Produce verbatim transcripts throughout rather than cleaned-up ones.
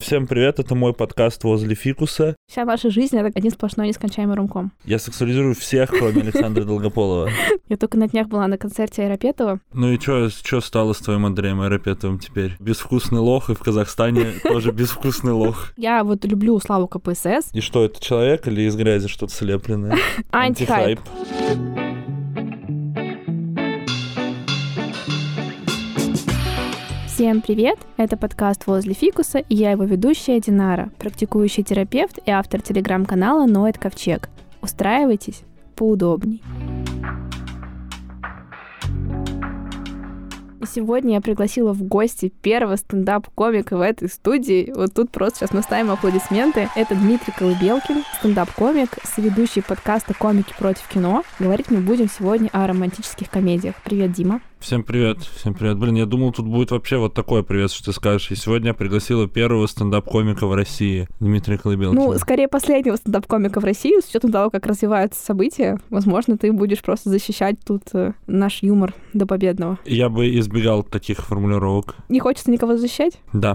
Всем привет, это мой подкаст «Возле фикуса». Вся наша жизнь — это один сплошной нескончаемый ромком. Я сексуализирую всех, кроме Александра Долгополова. Я только на днях была на концерте Айрапетова. Ну и что стало с твоим Андреем Айрапетовым теперь? Безвкусный лох, и в Казахстане тоже безвкусный лох. Я вот люблю Славу КПСС. И что, это человек или из грязи что-то слепленное? Антихайп. Всем привет! Это подкаст «Возле фикуса», и я его ведущая Динара, практикующий терапевт и автор телеграм-канала «Ноет Ковчег». Устраивайтесь поудобней. И сегодня я пригласила в гости первого стендап-комика в этой студии. Вот тут просто сейчас мы ставим аплодисменты. Это Дмитрий Колыбелкин, стендап-комик, соведущий подкаста «Комики против кино». Говорить мы будем сегодня о романтических комедиях. Привет, Дима. Всем привет, всем привет. Блин, я думал, тут будет вообще вот такое привет, что ты скажешь. И сегодня я пригласила первого стендап-комика в России, Дмитрия Колыбелкина. Ну, скорее, последнего стендап-комика в России, с учетом того, как развиваются события. Возможно, ты будешь просто защищать тут э, наш юмор до победного. Я бы избегал таких формулировок. Не хочется никого защищать? Да.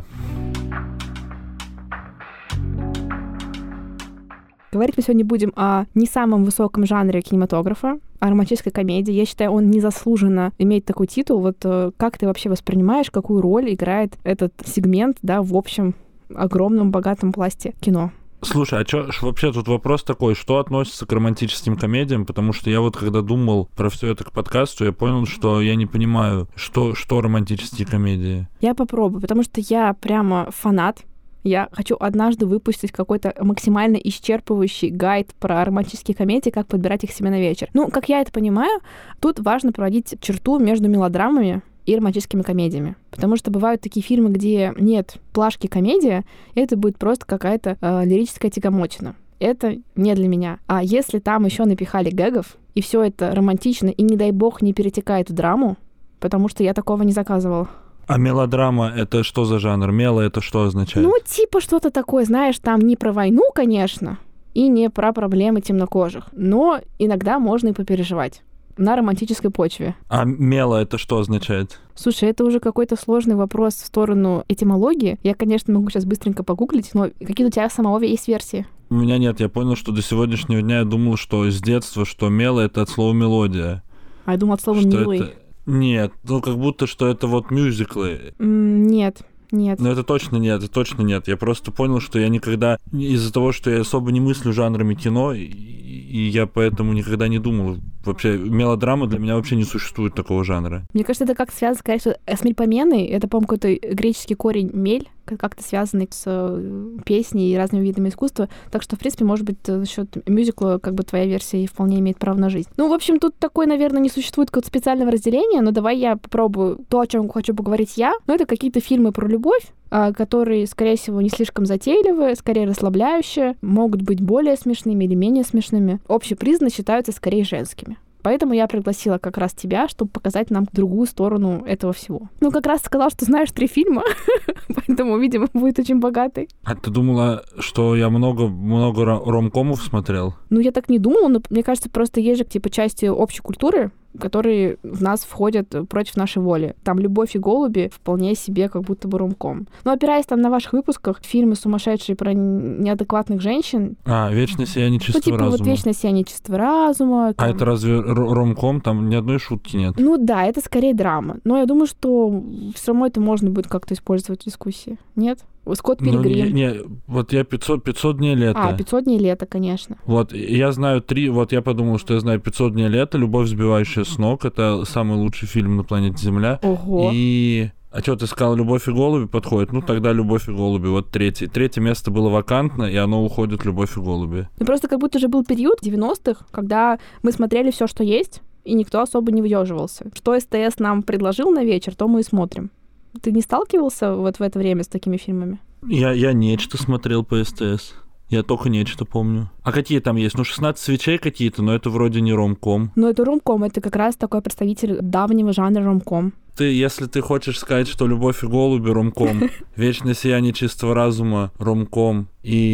Говорить мы сегодня будем о не самом высоком жанре кинематографа, о романтической комедии. Я считаю, он незаслуженно имеет такой титул. Вот э, как ты вообще воспринимаешь, какую роль играет этот сегмент, да, в общем огромном богатом пласте кино? Слушай, а чё, вообще тут вопрос такой, что относится к романтическим комедиям? Потому что я вот когда думал про все это к подкасту, я понял, что я не понимаю, что, что романтические комедии. Я попробую, потому что я прямо фанат. Я хочу однажды выпустить какой-то максимально исчерпывающий гайд про романтические комедии, как подбирать их себе на вечер. Ну, как я это понимаю, тут важно проводить черту между мелодрамами и романтическими комедиями. Потому что бывают такие фильмы, где нет плашки комедия, и это будет просто какая-то э, лирическая тягомотина. Это не для меня. А если там еще напихали гэгов, и все это романтично, и, не дай бог, не перетекает в драму, потому что я такого не заказывала. А мелодрама — это что за жанр? Мело — это что означает? Ну, типа что-то такое, знаешь, там не про войну, конечно, и не про проблемы темнокожих, но иногда можно и попереживать на романтической почве. А мело — это что означает? Слушай, это уже какой-то сложный вопрос в сторону этимологии. Я, конечно, могу сейчас быстренько погуглить, но какие у тебя самого есть версии? У меня нет. Я понял, что до сегодняшнего дня я думал, что с детства, что мело — это от слова мелодия. А я думала от слова что милый. Это... Нет, ну как будто, что это вот мюзиклы. Mm, нет. Нет. Ну, это точно нет, это точно нет. Я просто понял, что я никогда... Из-за того, что я особо не мыслю жанрами кино, и, и я поэтому никогда не думал. Вообще, мелодрама для меня вообще не существует такого жанра. Мне кажется, это как связано, конечно, с мельпоменой. Это, по-моему, какой-то греческий корень «мель», как-то связанный с песней и разными видами искусства. Так что, в принципе, может быть, за счет мюзикла как бы твоя версия вполне имеет право на жизнь. Ну, в общем, тут такой, наверное, не существует какого-то специального разделения, но давай я попробую то, о чем хочу поговорить я. Ну, это какие-то фильмы про любовь, которые, скорее всего, не слишком затейливые, скорее расслабляющие, могут быть более смешными или менее смешными. Общепризнанно считаются скорее женскими. Поэтому я пригласила как раз тебя, чтобы показать нам другую сторону этого всего. Ну, как раз сказал, что знаешь три фильма, поэтому, видимо, будет очень богатый. А ты думала, что я много, много ромкомов смотрел? Ну, я так не думала, но мне кажется, просто есть же, типа, части общей культуры, которые в нас входят против нашей воли. Там «Любовь и голуби» вполне себе как будто бы ромком. Но опираясь там на ваших выпусках, фильмы сумасшедшие про неадекватных женщин. А, «Вечное сияние чистого ну, типа, разума». вот «Вечное сияние чистого разума». Там... А это разве ромком? Там ни одной шутки нет. Ну да, это скорее драма. Но я думаю, что все равно это можно будет как-то использовать в дискуссии. Нет? Скотт Пилигрим. Ну, не, не, вот я пятьсот, пятьсот дней лета. А, пятьсот дней лета, конечно. Вот, я знаю три, вот я подумал, что я знаю пятьсот дней лета, «Любовь, сбивающая с ног», это самый лучший фильм на планете Земля. Ого. И... А что, ты сказал, «Любовь и голуби» подходит? Ну, тогда «Любовь и голуби». Вот третье. Третье место было вакантно, и оно уходит «Любовь и голуби». Ну, просто как будто же был период девяностых, когда мы смотрели все, что есть, и никто особо не выёживался. Что СТС нам предложил на вечер, то мы и смотрим. Ты не сталкивался вот в это время с такими фильмами? Я, я «Нечто» смотрел по СТС. Я только «Нечто» помню. А какие там есть? Ну, шестнадцать свечей какие-то, но это вроде не ромком. Ну, это ромком. Это как раз такой представитель давнего жанра ромком. Ты, если ты хочешь сказать, что «Любовь и голуби» ромком, «Вечное сияние чистого разума» ромком, и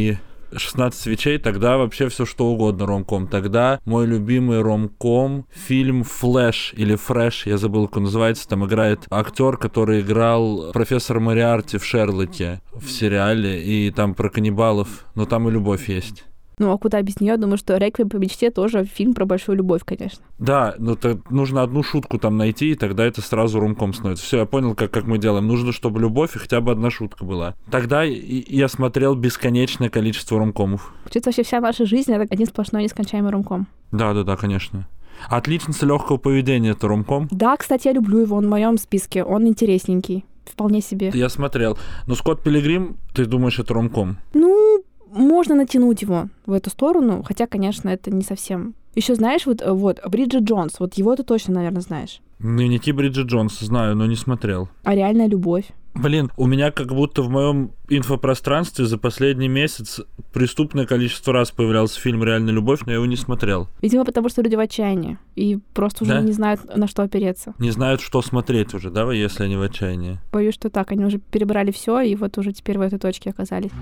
шестнадцать свечей, тогда вообще все что угодно ромком. Тогда мой любимый ромком — фильм «Флэш» или «Фрэш», я забыл, как он называется. Там играет актер, который играл профессора Мориарти в «Шерлоке» в сериале, и там про каннибалов, но там и любовь есть. Ну, а куда без нее? Думаю, что «Реквием по мечте» тоже фильм про большую любовь, конечно. Да, но нужно одну шутку там найти, и тогда это сразу ромком становится. Все, я понял, как, как мы делаем. Нужно, чтобы любовь и хотя бы одна шутка была. Тогда я смотрел бесконечное количество ромкомов. Получается, вообще вся наша жизнь — это один сплошной нескончаемый ромком. Да-да-да, конечно. «Отличница легкого поведения» — это ромком? Да, кстати, я люблю его, он в моем списке, он интересненький. Вполне себе. Я смотрел. Но «Скотт Пилигрим», ты думаешь, это ромком? Ну, можно натянуть его в эту сторону, хотя, конечно, это не совсем. Еще знаешь, вот, вот Бриджит Джонс, вот его ты точно, наверное, знаешь. Дневники Бриджит Джонс знаю, но не смотрел. А «Реальная любовь»? Блин, у меня как будто в моем инфопространстве за последний месяц преступное количество раз появлялся фильм «Реальная любовь», но я его не смотрел. Видимо, потому что люди в отчаянии и просто уже да? не знают, на что опереться. Не знают, что смотреть уже, да, если они в отчаянии? Боюсь, что так. Они уже перебрали все и вот уже теперь в этой точке оказались.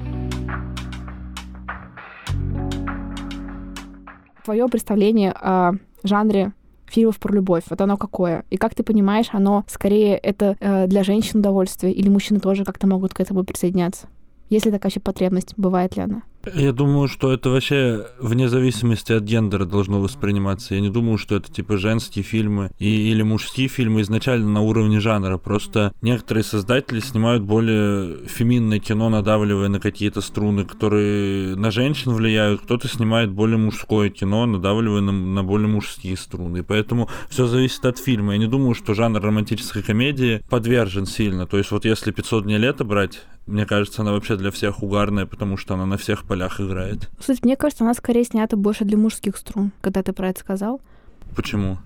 Твое представление о жанре фильмов про любовь, вот оно какое? И как ты понимаешь, оно скорее это э, для женщин удовольствие, или мужчины тоже как-то могут к этому присоединяться? Есть ли такая вообще потребность? Бывает ли она? Я думаю, что это вообще вне зависимости от гендера должно восприниматься. Я не думаю, что это типа женские фильмы и, или мужские фильмы изначально на уровне жанра. Просто некоторые создатели снимают более феминное кино, надавливая на какие-то струны, которые на женщин влияют. Кто-то снимает более мужское кино, надавливая на, на более мужские струны. И поэтому все зависит от фильма. Я не думаю, что жанр романтической комедии подвержен сильно. То есть вот если пятьсот дней лета брать, мне кажется, она вообще для всех угарная, потому что она на всех полях играет. Кстати, мне кажется, она скорее снята больше для мужских струн, когда ты про это сказал. Почему?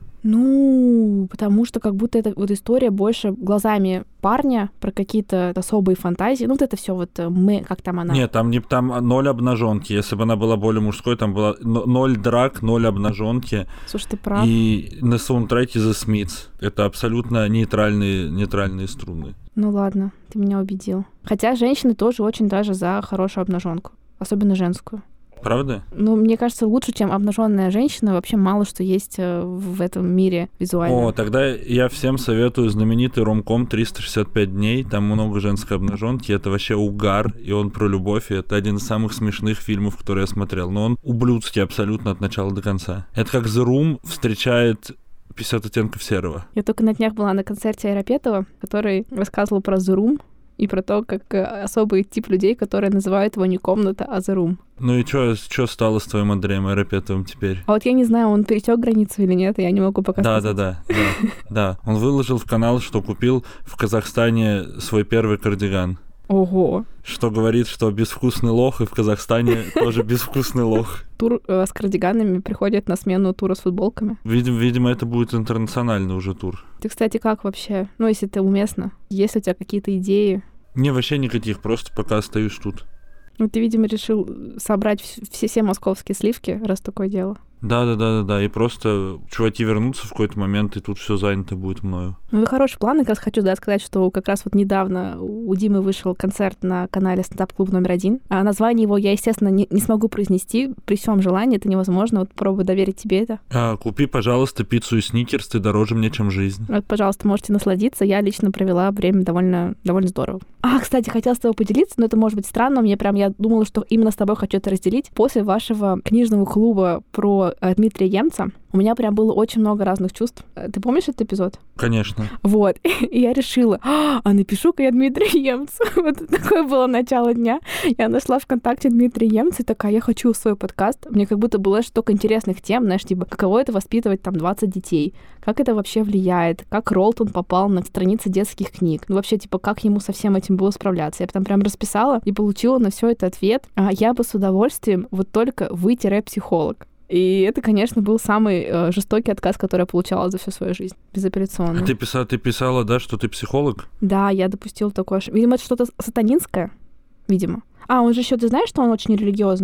Ну, потому что как будто эта вот история больше глазами парня про какие-то особые фантазии. Ну, вот это все вот мы, как там она. Нет, там не там ноль обнаженки. Если бы она была более мужской, там было ноль драк, ноль обнаженки. Слушай, ты прав. И на саундтреке The Smiths. Это абсолютно нейтральные, нейтральные струны. Ну ладно, ты меня убедил. Хотя женщины тоже очень даже за хорошую обнаженку, особенно женскую. Правда? Ну, мне кажется, лучше, чем обнаженная женщина, вообще мало что есть в этом мире визуально. О, тогда я всем советую знаменитый ромком триста шестьдесят пять дней. Там много женской обнаженки. Это вообще угар, и он про любовь. И это один из самых смешных фильмов, которые я смотрел. Но он ублюдский абсолютно от начала до конца. Это как The Room встречает пятьдесят оттенков серого. Я только на днях была на концерте Айрапетова, который рассказывал про The Room и про то, как особый тип людей, которые называют его не комната, а The Room. Ну и что стало с твоим Андреем Айрапетовым теперь? А вот я не знаю, он пересек границу или нет, я не могу пока да, сказать. Да, да, да, да. Он выложил в канал, что купил в Казахстане свой первый кардиган. Ого. Что говорит, что безвкусный лох, и в Казахстане тоже безвкусный лох. Тур э, с кардиганами приходит на смену тура с футболками. Видимо, видимо, это будет интернациональный уже тур. Ты, кстати, как вообще? Ну, если это уместно. Есть ли у тебя какие-то идеи? Не, вообще никаких, просто пока остаюсь тут. Ну, ты, видимо, решил собрать все-все московские сливки, раз такое дело. Да-да-да-да-да, и просто чуваки вернутся в какой-то момент, и тут все занято будет мною. Ну, это хороший план, и как раз хочу да, сказать, что как раз вот недавно у Димы вышел концерт на канале «Стендап-клуб номер один». А название его я, естественно, не, не смогу произнести, при всем желании, это невозможно, вот попробую доверить тебе это. А, купи, пожалуйста, пиццу и сникерс, ты дороже мне, чем жизнь. Вот, пожалуйста, можете насладиться, я лично провела время довольно, довольно здорово. А, кстати, хотела с тобой поделиться, но это может быть странно, мне прям, я думала, что именно с тобой хочу это разделить. После вашего книжного клуба про Дмитрия Емца у меня прям было очень много разных чувств. Ты помнишь этот эпизод? Конечно. Вот. И я решила, а напишу-ка я Дмитрию Емцу. Вот такое было начало дня. Я нашла ВКонтакте Дмитрия Емца и такая, я хочу свой подкаст. Мне как будто было столько интересных тем, знаешь, типа, каково это воспитывать там двадцать детей, как это вообще влияет, как Ролтон попал на страницы детских книг. Ну, вообще, типа, как ему со всем этим было справляться. Я там прям расписала и получила на все это ответ. А я бы с удовольствием, вот только вы-психолог. И это, конечно, был самый э, жестокий отказ, который я получала за всю свою жизнь. Безапелляционно. А ты писала, ты писала, да, что ты психолог? Да, я допустила такое. Видимо, это что-то сатанинское. Видимо. А, он же еще, ты знаешь, что он очень религиозный?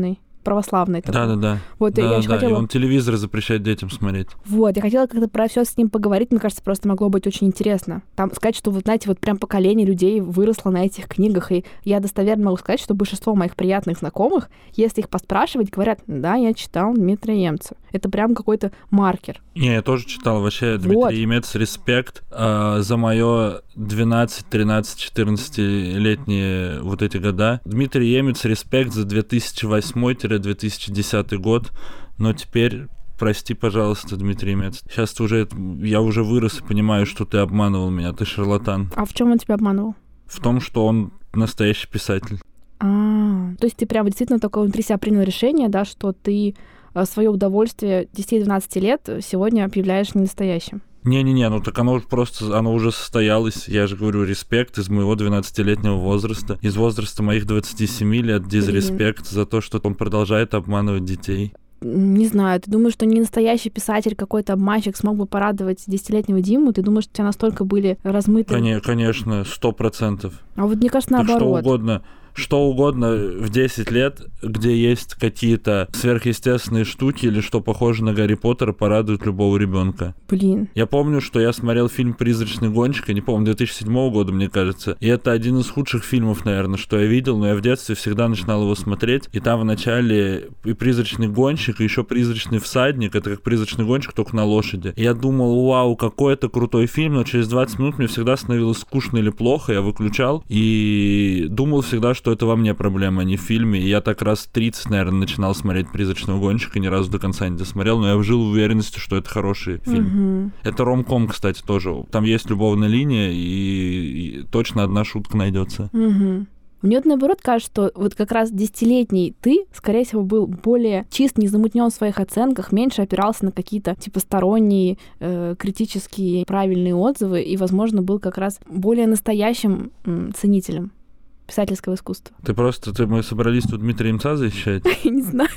православный такой. Да-да-да. Вот, да, я еще да, хотела... и он телевизор запрещает детям смотреть. Вот, я хотела как-то про все с ним поговорить, мне кажется, просто могло быть очень интересно. Там сказать, что, вот знаете, вот прям поколение людей выросло на этих книгах, и я достоверно могу сказать, что большинство моих приятных знакомых, если их поспрашивать, говорят, да, я читал Дмитрия Емца. Это прям какой-то маркер. Не, я тоже читал. Вообще, Вот. Дмитрий Емец, респект э, за мое двенадцать, тринадцать, четырнадцатилетние вот эти года. Дмитрий Емец, респект за две тысячи восьмой - две тысячи десятый год. Но теперь... Прости, пожалуйста, Дмитрий Емец. Сейчас ты уже, я уже вырос и понимаю, что ты обманывал меня, ты шарлатан. А в чем он тебя обманывал? В том, что он настоящий писатель. А, то есть ты прям действительно такое внутри себя принял решение, да, что ты свое удовольствие десяти-двенадцати лет сегодня объявляешь не настоящим? Не-не-не, ну так оно просто, оно уже состоялось, я же говорю, респект из моего двенадцатилетнего возраста, из возраста моих двадцати семи лет, дизреспект за то, что он продолжает обманывать детей. Не знаю, ты думаешь, что не настоящий писатель, какой-то обманщик смог бы порадовать десятилетнего Диму? Ты думаешь, что у тебя настолько были размыты? Конечно, конечно, сто процентов. А вот мне кажется, так наоборот. Что угодно. Что угодно в десять лет, где есть какие-то сверхъестественные штуки или что похоже на Гарри Поттера, порадует любого ребенка. Блин. Я помню, что я смотрел фильм «Призрачный гонщик», я не помню, две тысячи седьмого года, мне кажется. И это один из худших фильмов, наверное, что я видел, но я в детстве всегда начинал его смотреть. И там в начале и «Призрачный гонщик», и еще «Призрачный всадник», это как «Призрачный гонщик», только на лошади. И я думал, вау, какой это крутой фильм, но через двадцать минут мне всегда становилось скучно или плохо, я выключал и думал всегда, что это во мне проблема, а не в фильме. И я так раз тридцать, наверное, начинал смотреть «Призрачного гонщика», ни разу до конца не досмотрел, но я жил в уверенности, что это хороший фильм. Угу. Это ромком, кстати, тоже. Там есть любовная линия, и, и точно одна шутка найдется. Угу. Мне вот наоборот кажется, что вот как раз десятилетний ты, скорее всего, был более чист, не замутнен в своих оценках, меньше опирался на какие-то типа сторонние, э, критические, правильные отзывы, и, возможно, был как раз более настоящим м, ценителем писательского искусства. Ты просто, ты, мы собрались тут Дмитрия Емца защищать? Я не знаю.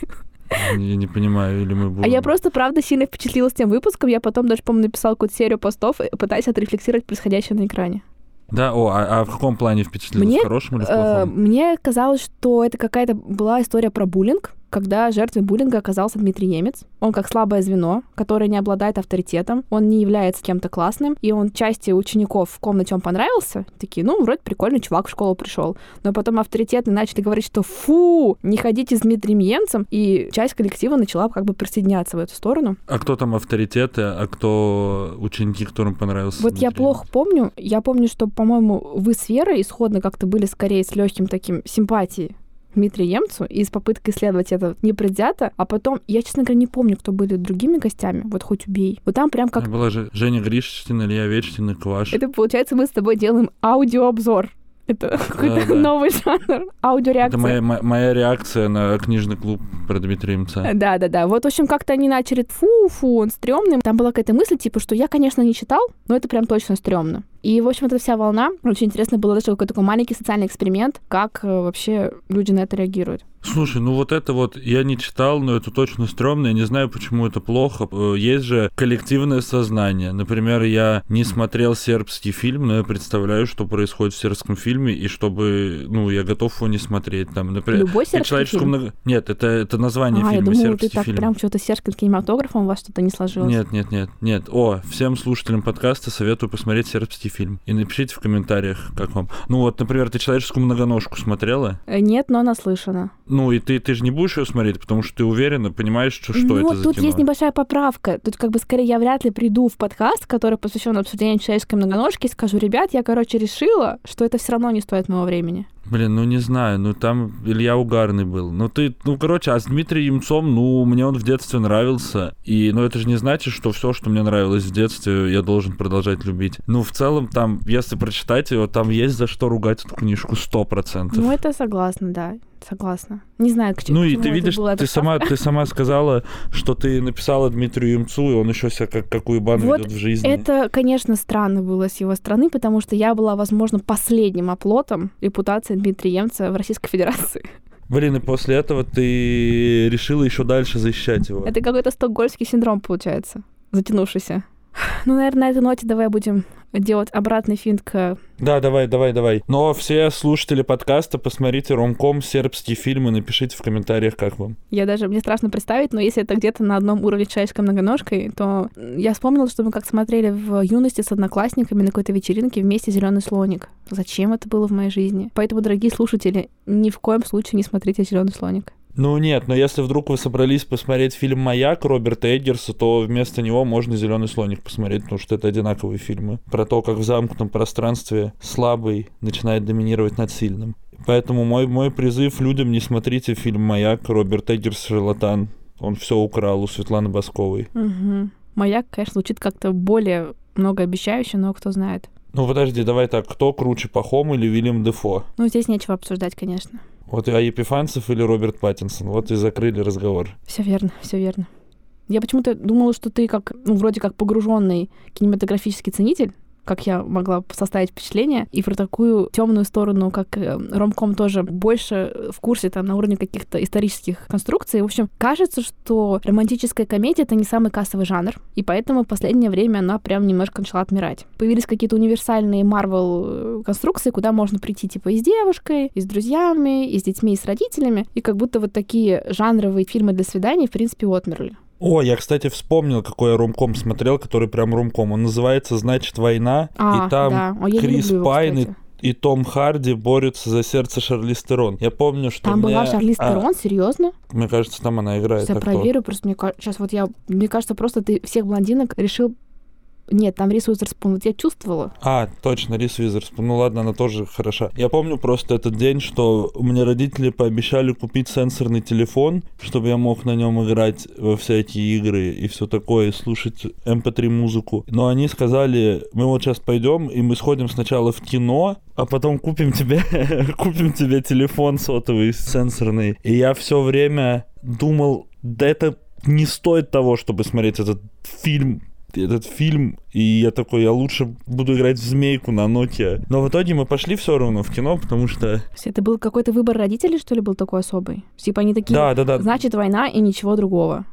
Я не понимаю, или мы будем... А я просто, правда, сильно впечатлилась тем выпуском. Я потом даже, по-моему, написала какую-то серию постов, пытаясь отрефлексировать происходящее на экране. Да, о, а, а в каком плане впечатлилась? Мне, в хорошем или в плохом? Э, мне казалось, что это какая-то была история про буллинг, когда жертвой буллинга оказался Дмитрий Емец. Он как слабое звено, которое не обладает авторитетом, он не является кем-то классным, и он части учеников в комнате он понравился, такие, ну, вроде прикольный чувак в школу пришел. Но потом авторитеты начали говорить, что фу, не ходите с Дмитрием Емцем, и часть коллектива начала как бы присоединяться в эту сторону. А кто там авторитеты, а кто ученики, которым понравился Вот Дмитрий я плохо Емец? помню. Я помню, что, по-моему, вы с Верой исходно как-то были скорее с легким таким симпатией Дмитрию Емцу и с попыткой исследовать это непредвзято, а потом, я, честно говоря, не помню, кто были другими гостями, вот хоть убей. Вот там прям как... Была же Женя Гришчин, Илья Вечтин и Кваш. Это, получается, мы с тобой делаем аудиообзор. Это какой-то да. новый жанр, аудиореакция. Это моя, моя, моя реакция на книжный клуб про Дмитрия Емца. Да-да-да. Вот, в общем, как-то они начали фу-фу, он стрёмный. Там была какая-то мысль, типа, что я, конечно, не читал, но это прям точно стрёмно. И, в общем, эта вся волна, очень интересно было даже какой-то такой маленький социальный эксперимент, как э, вообще люди на это реагируют. Слушай, ну вот это вот я не читал, но это точно стрёмно, я не знаю, почему это плохо. Есть же коллективное сознание. Например, я не смотрел сербский фильм, но я представляю, что происходит в сербском фильме, и чтобы, ну, я готов его не смотреть. Там, например, любой сербский фильм? Много... Нет, это, это название а, фильма, я думала, сербский ты так фильм. прям что-то с сербским кинематографом у вас что-то не сложилось. Нет, нет, нет, нет. О, всем слушателям подкаста советую посмотреть сербский фильм. И напишите в комментариях, как вам. Ну вот, например, ты «Человеческую многоножку» смотрела? Нет, но наслышана. Ну и ты, ты же не будешь ее смотреть, потому что ты уверена, понимаешь, что, что ну, это за тут кино. Есть небольшая поправка. Тут как бы скорее я вряд ли приду в подкаст, который посвящен обсуждению «Человеческой многоножки», и скажу, ребят, я, короче, решила, что это все равно не стоит моего времени. Блин, ну не знаю, ну там Илья Угарный был. Ну ты, ну короче, а с Дмитрием Емцом, ну мне он в детстве нравился. И, ну это же не значит, что все, что мне нравилось в детстве, я должен продолжать любить. Ну в целом там, если прочитать его, там есть за что ругать эту книжку сто процентов. Ну это согласна, да. Согласна. Не знаю, к чему. Ну и ты видишь, ты сама, ты сама сказала, что ты написала Дмитрию Емцу, и он еще себя как, как уебан вот ведет в жизни. Это, конечно, странно было с его стороны, потому что я была, возможно, последним оплотом репутации Дмитрия Емца в Российской Федерации. Блин, и после этого ты решила еще дальше защищать его. Это какой-то стокгольмский синдром, получается, затянувшийся. Ну, наверное, на этой ноте давай будем делать обратный финт к... Да, давай, давай, давай. Но все слушатели подкаста, посмотрите ромком, сербские фильмы, напишите в комментариях, как вам. Я даже, мне страшно представить, но если это где-то на одном уровне с «Человечкой-многоножкой», то я вспомнила, что мы как смотрели в юности с одноклассниками на какой-то вечеринке вместе «Зеленый слоник». Зачем это было в моей жизни? Поэтому, дорогие слушатели, ни в коем случае не смотрите «Зеленый слоник». Ну нет, но если вдруг вы собрались посмотреть фильм «Маяк» Роберта Эггерса, то вместо него можно «Зеленый слоник» посмотреть, потому что это одинаковые фильмы. Про то, как в замкнутом пространстве слабый начинает доминировать над сильным. Поэтому мой, мой призыв людям: не смотрите фильм «Маяк», Роберт Эггерс шарлатан. Он все украл у Светланы Босковой. Угу. «Маяк», конечно, звучит как-то более многообещающе, но кто знает. Ну подожди, давай так, кто круче, Пахом или Вильям Дефо? Ну здесь нечего обсуждать, конечно. Вот а Епифанцев или Роберт Паттинсон? Вот и закрыли разговор. Все верно, все верно. Я почему-то думала, что ты как, ну, вроде как погруженный кинематографический ценитель, как я могла составить впечатление, и про такую темную сторону, как ромком, тоже больше в курсе там на уровне каких-то исторических конструкций. В общем, кажется, что романтическая комедия — это не самый кассовый жанр, и поэтому в последнее время она прям немножко начала отмирать. Появились какие-то универсальные Marvel конструкции, куда можно прийти типа и с девушкой, и с друзьями, и с детьми, и с родителями, и как будто вот такие жанровые фильмы для свиданий в принципе отмерли. О, я, кстати, вспомнил, какой я ромком смотрел, который прям ромком. Он называется «Значит, война». А, и там да. О, Крис его, Пайн и, кстати. и Том Харди борются за сердце Шарлиз Терон. Я помню, что Там мне... была Шарлиз а, Терон? Серьезно? Мне кажется, там она играет. Я а проверю, просто мне кажется... Сейчас вот я... Мне кажется, просто ты всех блондинок решил... Нет, там Риз Уизерспун. Вот я чувствовала. А, точно, Риз Уизерспун. Ну ладно, она тоже хороша. Я помню просто этот день, что мне родители пообещали купить сенсорный телефон, чтобы я мог на нем играть во всякие игры и все такое, и слушать эм пэ три музыку. Но они сказали: мы вот сейчас пойдем, и мы сходим сначала в кино, а потом купим тебе, купим тебе телефон сотовый сенсорный. И я все время думал, да это не стоит того, чтобы смотреть этот фильм, этот фильм, и я такой, я лучше буду играть в змейку на Nokia. Но в итоге мы пошли все равно в кино, потому что... Это был какой-то выбор родителей, что ли, был такой особый? Типа они такие, да, да, да. Значит, война и ничего другого.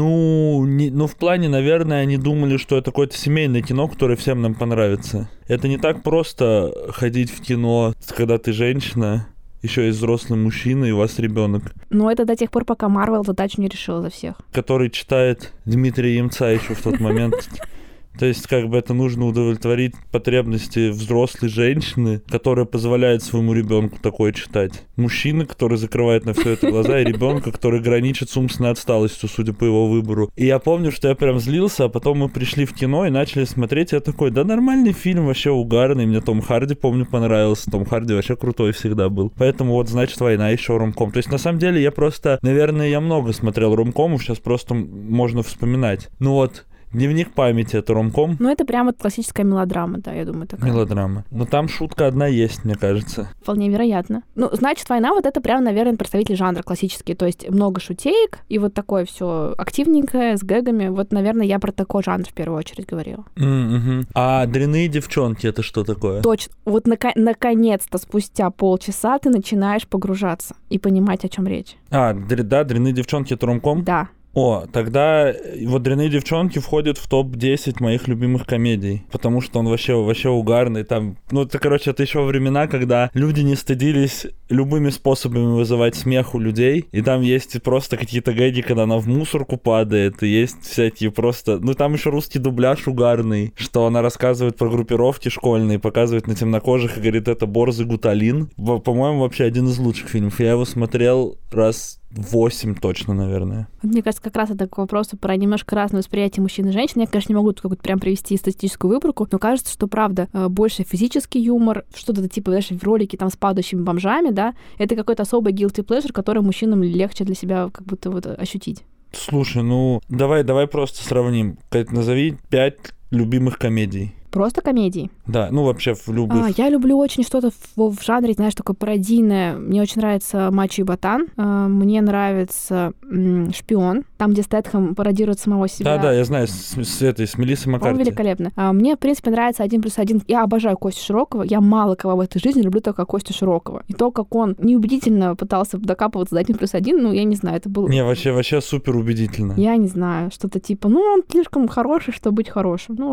Ну, не, ну, в плане, наверное, они думали, что это какое-то семейное кино, которое всем нам понравится. Это не так просто ходить в кино, когда ты женщина, еще и взрослый мужчина, и у вас ребенок. Но это до тех пор, пока Марвел задачу не решила за всех. Который читает Дмитрия Ямца еще в тот момент. То есть, как бы это нужно удовлетворить потребности взрослой женщины, которая позволяет своему ребенку такое читать. Мужчины, который закрывает на все это глаза, и ребенка, который граничит с умственной отсталостью, судя по его выбору. И я помню, что я прям злился, а потом мы пришли в кино и начали смотреть. Я такой, да нормальный фильм, вообще угарный. Мне Том Харди, помню, понравился. Том Харди вообще крутой всегда был. Поэтому вот, значит, война еще ромком. То есть, на самом деле, я просто, наверное, я много смотрел ромкомов, сейчас просто можно вспоминать. Ну вот, «Дневник памяти» — это ромком. Ну, это прямо классическая мелодрама, да, я думаю, такая. Мелодрама. Но там шутка одна есть, мне кажется. Вполне вероятно. Ну, значит, война, вот это прям, наверное, представитель жанра классический. То есть много шутеек, и вот такое все активненькое, с гэгами. Вот, наверное, я про такой жанр в первую очередь говорила. Mm-hmm. А «Дрянные девчонки» — это что такое? Точно. Вот нако- наконец-то спустя полчаса ты начинаешь погружаться и понимать, о чем речь. А, др- да, «Дрянные девчонки» — это ромком? Да. О, тогда вот «Дрянные девчонки» входят в топ десять моих любимых комедий, потому что он вообще, вообще угарный. Там, ну, это, короче, это еще времена, когда люди не стыдились любыми способами вызывать смех у людей, и там есть просто какие-то гэги, когда она в мусорку падает, и есть всякие просто... Ну, там еще русский дубляж угарный, что она рассказывает про группировки школьные, показывает на темнокожих и говорит, это борзый гуталин. По-моему, вообще один из лучших фильмов. Я его смотрел раз... Восемь точно, наверное. Мне кажется, как раз это к вопросу про немножко разное восприятие мужчин и женщин. Я, конечно, не могу тут какую-то прям привести статистическую выборку, но кажется, что, правда, больше физический юмор, что-то типа, знаешь, в ролике там с падающими бомжами, да, это какой-то особый guilty pleasure, который мужчинам легче для себя как будто вот ощутить. Слушай, ну, давай, давай просто сравним. Назови пять любимых комедий. Просто комедии? Да, ну вообще в любых. А, я люблю очень что-то в, в жанре, знаешь, такое пародийное. Мне очень нравится «Мачо и ботан». А, мне нравится м, «Шпион», там, где Стэтхэм пародирует самого себя. Да-да, я знаю, с, с этой, с Мелиссой Маккарти. Он великолепно. А, мне, в принципе, нравится «Один плюс один». Я обожаю Костю Широкова. Я мало кого в этой жизни люблю, только Костю Широкова. И то, как он неубедительно пытался докапываться до «Один плюс один», ну, я не знаю, это было... Не, вообще, вообще супер убедительно. Я не знаю, что-то типа, ну, он слишком хороший, чтобы быть хорошим. Ну, окей.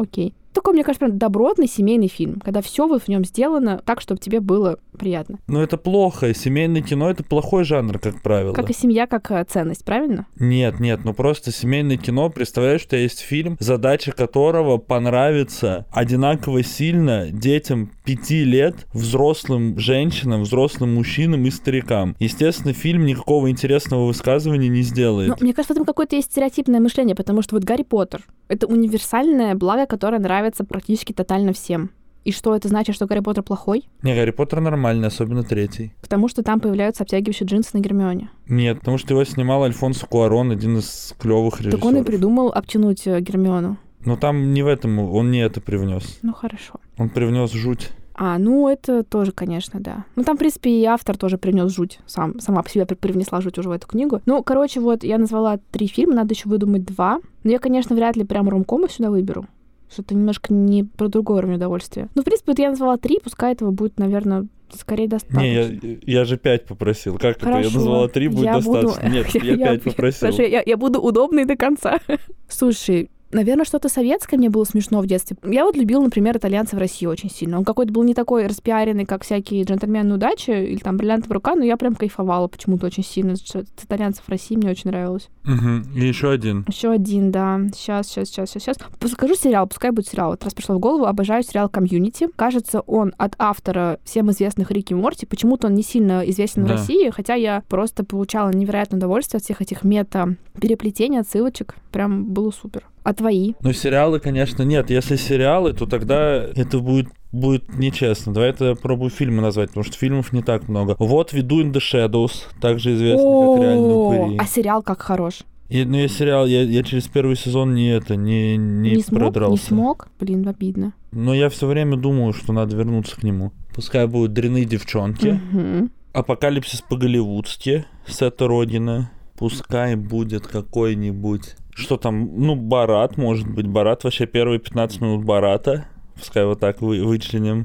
такой, мне кажется, прям добротный семейный фильм, когда все вот в нем сделано так, чтобы тебе было приятно. Но это плохо. Семейное кино — это плохой жанр, как правило. Как и семья, как ценность, правильно? Нет, нет, ну просто семейное кино, представляешь, что есть фильм, задача которого понравится одинаково сильно детям пяти лет, взрослым женщинам, взрослым мужчинам и старикам. Естественно, фильм никакого интересного высказывания не сделает. Но мне кажется, в этом какое-то есть стереотипное мышление, потому что вот Гарри Поттер — это универсальное благо, которое нравится практически тотально всем. И что это значит, что Гарри Поттер плохой? Не, Гарри Поттер нормальный, особенно третий. Потому что там появляются обтягивающие джинсы на Гермионе. Нет, потому что его снимал Альфонсо Куарон, один из клевых режиссеров. Так он и придумал обтянуть Гермиону. Но там не в этом, он не это привнес. Ну хорошо. Он привнес жуть. А, ну это тоже, конечно, да. Ну там, в принципе, и автор тоже принес жуть. Сам, сама по себе привнесла жуть уже в эту книгу. Ну, короче, вот я назвала три фильма, надо еще выдумать два. Но я, конечно, вряд ли прям ромкомы сюда выберу. Что-то немножко не про другой уровень удовольствия. Ну, в принципе, вот я назвала три, пускай этого будет, наверное, скорее достаточно. Не, я, я же пять попросил. Как Хорошо. это? Я назвала три, будет я достаточно. Буду... Нет, я пять попросил. Хорошо, я, я буду удобной до конца. Слушай, наверное, что-то советское мне было смешно в детстве. Я вот любила, например, «Итальянца в России» очень сильно. Он какой-то был не такой распиаренный, как всякие «Джентльмены удачи» или там «Бриллиантовая рука», но я прям кайфовала почему-то очень сильно. «Итальянцев в России» мне очень нравилось. Угу. И еще один. Еще один, да. Сейчас, сейчас, сейчас, сейчас. Скажу сериал, пускай будет сериал. Вот раз пришло в голову, обожаю сериал «Комьюнити». Кажется, он от автора всем известных Рик и Морти. Почему-то он не сильно известен да. в России, хотя я просто получала невероятное удовольствие от всех этих мета-переплетений, отсылочек. Прям было супер. А твои? Ну, сериалы, конечно, нет. Если сериалы, то тогда это будет будет нечестно. Давай я пробую фильмы назвать, потому что фильмов не так много. Вот «Веду in the Shadows», также известный как «Реальные упыри». А сериал как хорош. И, ну, я сериал, я, я через первый сезон не это, не, не, не смог, продрался. Не смог? Блин, обидно. Но я все время думаю, что надо вернуться к нему. Пускай будут «Дрянные девчонки», угу. «Апокалипсис по-голливудски», Сета Родина. Пускай будет какой-нибудь... Что там? Ну, «Борат», может быть. «Борат» вообще первые пятнадцать минут «Бората». Пускай вот так вы, вычленим.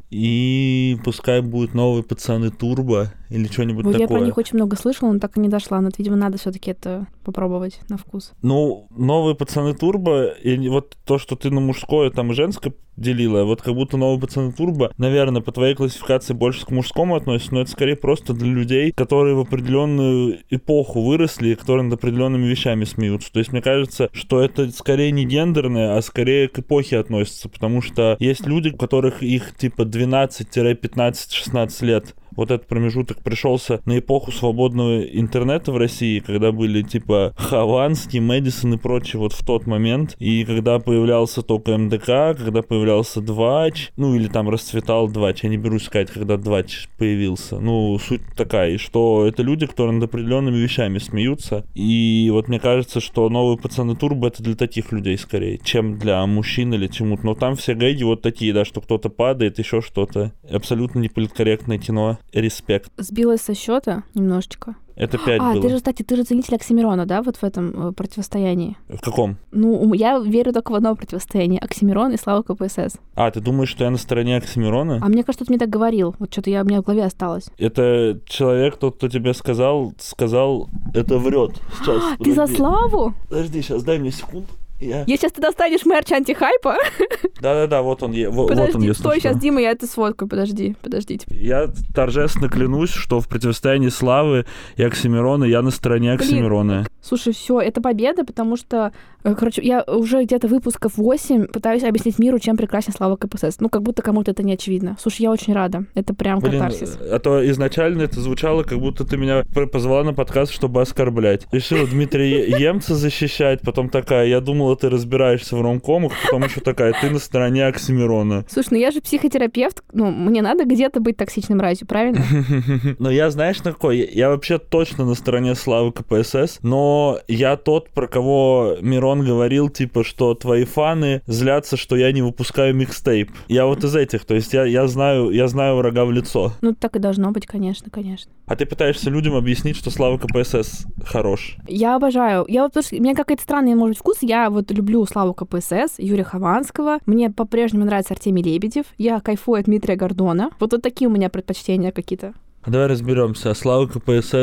И пускай будет «Новые пацаны Турбо» или что-нибудь вот такое. Я про них очень много слышала, но так и не дошла. Но, видимо, надо все-таки это попробовать на вкус. Ну, «Новые пацаны Турбо», и вот то, что ты на мужское, там и женское делила, вот как будто «Новые пацаны Турбо», наверное, по твоей классификации больше к мужскому относятся, но это скорее просто для людей, которые в определенную эпоху выросли и которые над определенными вещами смеются. То есть мне кажется, что это скорее не гендерное, а скорее к эпохе относится, потому что есть люди, у которых их типа двенадцать-пятнадцать-шестнадцать лет. Вот этот промежуток пришелся на эпоху свободного интернета в России, когда были типа Хованский, Мэдисон и прочее вот в тот момент. И когда появлялся только эм дэ ка, когда появлялся Двач, ну или там расцветал Двач, я не берусь сказать, когда Двач появился. Ну, суть такая, и что это люди, которые над определенными вещами смеются. И вот мне кажется, что «Новые пацаны Турбо» — это для таких людей скорее, чем для мужчин или чему-то. Но там все гэги вот такие, да, что кто-то падает, еще что-то. Абсолютно неполиткорректное кино. Респект. Сбилась со счета немножечко. Это пять а, было. ты же, кстати, ты же ценитель Оксимирона, да, вот в этом э, противостоянии? В каком? Ну, я верю только в одно противостояние. Оксимирон и Слава ка пэ эс эс. А, ты думаешь, что я на стороне Оксимирона? А мне кажется, ты мне так говорил. Вот что-то я, у меня в голове осталось. Это человек, тот, кто тебе сказал, сказал, это врет. Сейчас, а, ты за Славу? Подожди, сейчас, дай мне секунду. Я... я сейчас ты достанешь мерч антихайпа. Да-да-да, вот он, вот подожди, он, если стой, что. Сейчас, Дима, я это сфоткаю, подожди, подождите. Я торжественно клянусь, что в противостоянии Славы и Оксимирона я на стороне Оксимирона. Блин, слушай, все, это победа, потому что, короче, я уже где-то выпусков восемь пытаюсь объяснить миру, чем прекрасен Слава ка пэ эс эс. Ну, как будто кому-то это не очевидно. Слушай, я очень рада. Это прям Блин, катарсис. А то изначально это звучало, как будто ты меня позвала на подкаст, чтобы оскорблять. Решила Дмитрия Емца защищать, потом такая, я думала, ты разбираешься в ромкомах, потом еще такая, ты на стороне Оксимирона. Слушай, ну я же психотерапевт, ну, мне надо где-то быть токсичным мразью, правильно? Но я, знаешь, на какой? Я вообще точно на стороне Славы ка пэ эс эс, но я тот, про кого Мирон говорил, типа, что твои фаны злятся, что я не выпускаю микстейп. Я вот из этих, то есть я, я знаю, я знаю врага в лицо. Ну, так и должно быть, конечно, конечно. А ты пытаешься людям объяснить, что Слава ка пэ эс эс хорош? Я обожаю. Я вот, потому что у меня какой-то странный, может быть, вкус. Я вот люблю Славу ка пэ эс эс, Юрия Хованского. Мне по-прежнему нравится Артемий Лебедев. Я кайфую от Дмитрия Гордона. Вот, вот такие у меня предпочтения какие-то. Давай разберемся. Слава ка пэ эс эс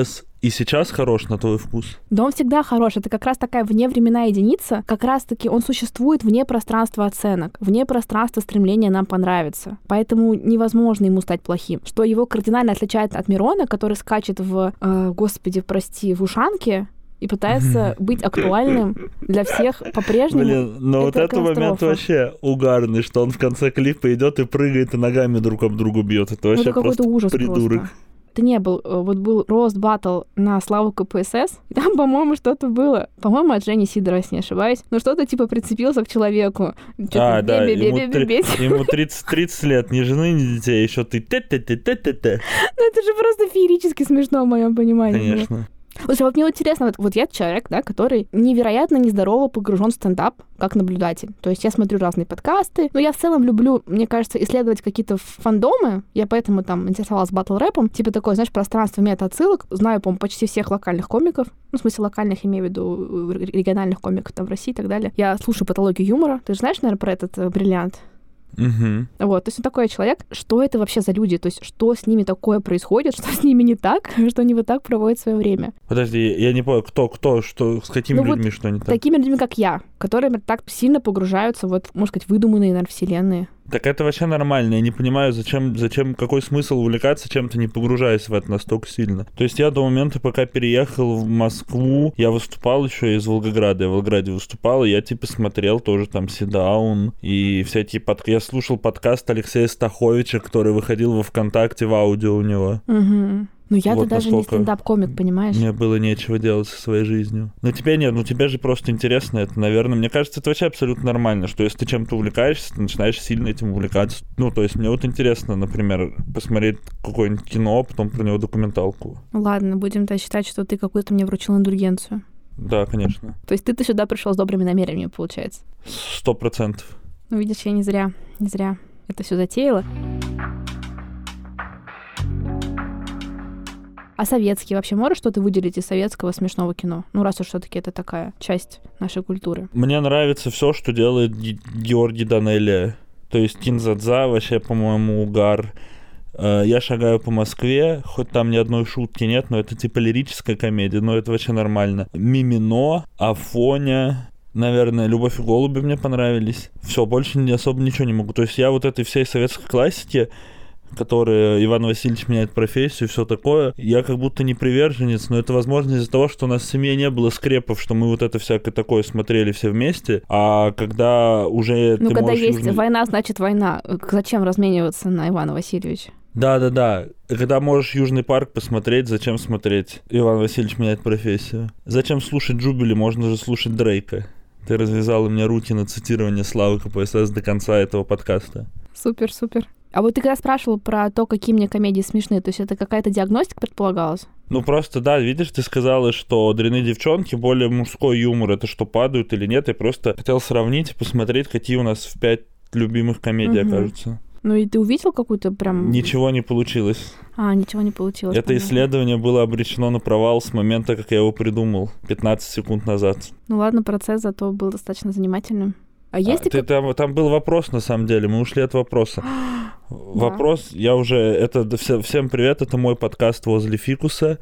и сейчас хорош на твой вкус? Да он всегда хорош. Это как раз такая вневременная единица. Как раз-таки он существует вне пространства оценок, вне пространства стремления нам понравиться. Поэтому невозможно ему стать плохим. Что его кардинально отличает от Мирона, который скачет в, э, господи, прости, в ушанке, и пытается быть актуальным для всех по-прежнему. Блин, но вот этот момент вообще угарный, что он в конце клипа идет и прыгает, и ногами друг об другу бьет. Это вообще это просто ужас придурок. Просто. Это не был, вот был рост баттл на славу КПСС, и там, по-моему, что-то было, по-моему, от Жени Сидора, если не ошибаюсь, но что-то типа прицепился к человеку. Что-то а, да, ему, ему тридцать, тридцать лет, ни жены, ни детей, еще ты те-те-те-те-те-те. Ну это же просто феерически смешно, в моем понимании. Конечно. Слушай, вот мне интересно, вот, вот я человек, да, который невероятно нездорово погружен в стендап как наблюдатель. То есть я смотрю разные подкасты, но я в целом люблю, мне кажется, исследовать какие-то фандомы. Я поэтому там интересовалась батл-рэпом. Типа такое, знаешь, пространство мета-отсылок. Знаю, по-моему, почти всех локальных комиков. Ну, в смысле, локальных, имею в виду региональных комиков там в России и так далее. Я слушаю патологию юмора. Ты же знаешь, наверное, про этот э, бриллиант? Угу. Вот, то есть он такой человек, что это вообще за люди, то есть что с ними такое происходит, что с ними не так, что они вот так проводят свое время. Подожди, я не понял, кто, кто, что, с какими ну, людьми вот что не так? Такими людьми, как я, которые так сильно погружаются вот, можно сказать, выдуманные, наверное, вселенные. Так это вообще нормально. Я не понимаю, зачем, зачем, какой смысл увлекаться чем-то, не погружаясь в это настолько сильно. То есть я до момента, пока переехал в Москву, я выступал еще из Волгограда. Я в Волгограде выступал, и я типа смотрел тоже там Сидаун и всякие подкасты. Я слушал подкаст Алексея Стаховича, который выходил во ВКонтакте в аудио у него. Угу. Ну я-то вот даже не стендап-комик, понимаешь? Мне было нечего делать со своей жизнью. Но тебе нет, ну тебе же просто интересно это, наверное. Мне кажется, это вообще абсолютно нормально, что если ты чем-то увлекаешься, ты начинаешь сильно этим увлекаться. Ну, то есть мне вот интересно, например, посмотреть какое-нибудь кино, потом про него документалку. Ладно, будем тогда считать, что ты какую-то мне вручил индульгенцию. Да, конечно. То есть ты-то сюда пришел с добрыми намерениями, получается? Сто процентов. Ну, видишь, я не зря, не зря это все затеяла. А советский вообще можешь что-то выделить из советского смешного кино? Ну, раз уж все-таки это такая часть нашей культуры. Мне нравится все, что делает Георгий Данелия. То есть Кинзадза вообще, по-моему, угар. Я шагаю по Москве, хоть там ни одной шутки нет, но это типа лирическая комедия, но это вообще нормально. Мимино, Афоня, наверное, «Любовь и голуби» мне понравились. Все, больше не особо ничего не могу. То есть я вот этой всей советской классики, которые Иван Васильевич меняет профессию и все такое, я как будто не приверженец, но это, возможно, из-за того, что у нас в семье не было скрепов, что мы вот это всякое такое смотрели все вместе, а когда уже ну, ты когда есть южный... война, значит война. Зачем размениваться на Ивана Васильевича? Да-да-да. Когда можешь «Южный парк» посмотреть, зачем смотреть Иван Васильевич меняет профессию? Зачем слушать Джубили? Можно же слушать Дрейка. Ты развязала мне руки на цитирование славы КПСС до конца этого подкаста. Супер, супер. А вот ты когда спрашивал про то, какие мне комедии смешные, то есть это какая-то диагностика предполагалась? Ну просто, да, видишь, ты сказала, что «Дрянные девчонки» более мужской юмор, это что, падают или нет? Я просто хотел сравнить и посмотреть, какие у нас в пять любимых комедий угу. окажутся. Ну и ты увидел какую-то прям... Ничего не получилось. А, ничего не получилось. Это понятно. Исследование было обречено на провал с момента, как я его придумал, пятнадцать секунд назад. Ну ладно, процесс зато был достаточно занимательным. А есть а, ты, там, там был вопрос, на самом деле, мы ушли от вопроса. Вопрос, я уже, это, всем привет, это мой подкаст «Возле фикуса».